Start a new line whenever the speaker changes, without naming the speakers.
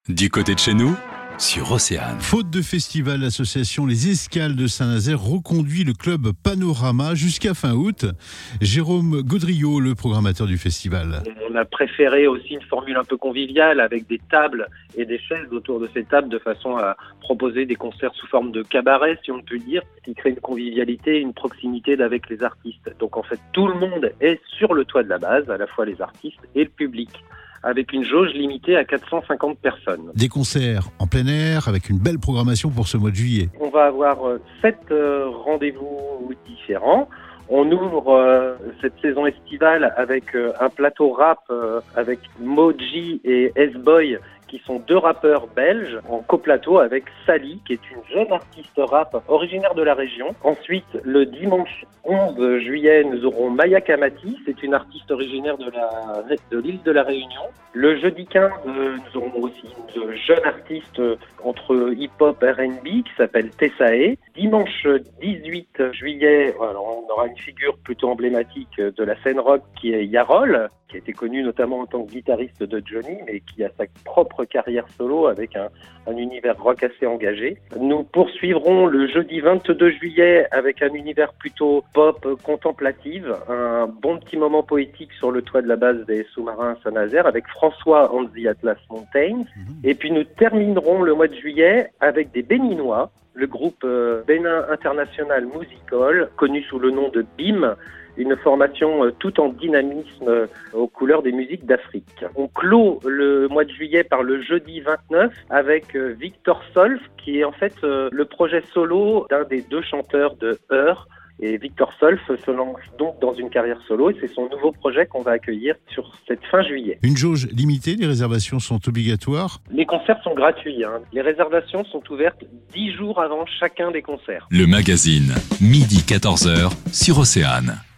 Du côté de chez nous, sur Océane.
Faute de festival, l'association Les Escales de Saint-Nazaire reconduit le club Panorama jusqu'à fin août. Jérôme Gaudriot, le programmateur du festival.
On a préféré aussi une formule un peu conviviale avec des tables et des chaises autour de ces tables de façon à proposer des concerts sous forme de cabaret, si on peut dire, qui crée une convivialité, une proximité avec les artistes. Donc en fait, tout le monde est sur le toit de la base, à la fois les artistes et le public, avec une jauge limitée à 450 personnes.
Des concerts en plein air avec une belle programmation pour ce mois de juillet.
On va avoir 7 rendez-vous différents. On ouvre cette saison estivale avec un plateau rap avec Moji et S-Boy, qui sont 2 rappeurs belges, en coplateau avec Sally, qui est une jeune artiste rap originaire de la région. Ensuite, le dimanche 11 juillet, nous aurons Maya Kamati, c'est une artiste originaire de l'île de la Réunion. Le jeudi 15, nous aurons aussi une jeune artiste entre hip-hop et R&B qui s'appelle Tessae. Dimanche 18 juillet, alors on aura une figure plutôt emblématique de la scène rock qui est Yarol, qui a été connu notamment en tant que guitariste de Johnny, mais qui a sa propre carrière solo avec un univers rock assez engagé. Nous poursuivrons le jeudi 22 juillet avec un univers plutôt pop contemplative, un bon petit moment poétique sur le toit de la base des sous-marins à Saint-Nazaire avec François on the Atlas Mountains. Et puis nous terminerons le mois de juillet avec des Béninois, le groupe Bénin International Musical, connu sous le nom de BIM, une formation tout en dynamisme aux couleurs des musiques d'Afrique. On clôt le mois de juillet par le jeudi 29 avec Victor Solf, qui est en fait le projet solo d'un des 2 chanteurs de Heur. Et Victor Solf se lance donc dans une carrière solo et c'est son nouveau projet qu'on va accueillir sur cette fin juillet.
Une jauge limitée, les réservations sont obligatoires.
Les concerts sont gratuits. Les réservations sont ouvertes 10 jours avant chacun des concerts.
Le magazine, midi 14h, sur Océane.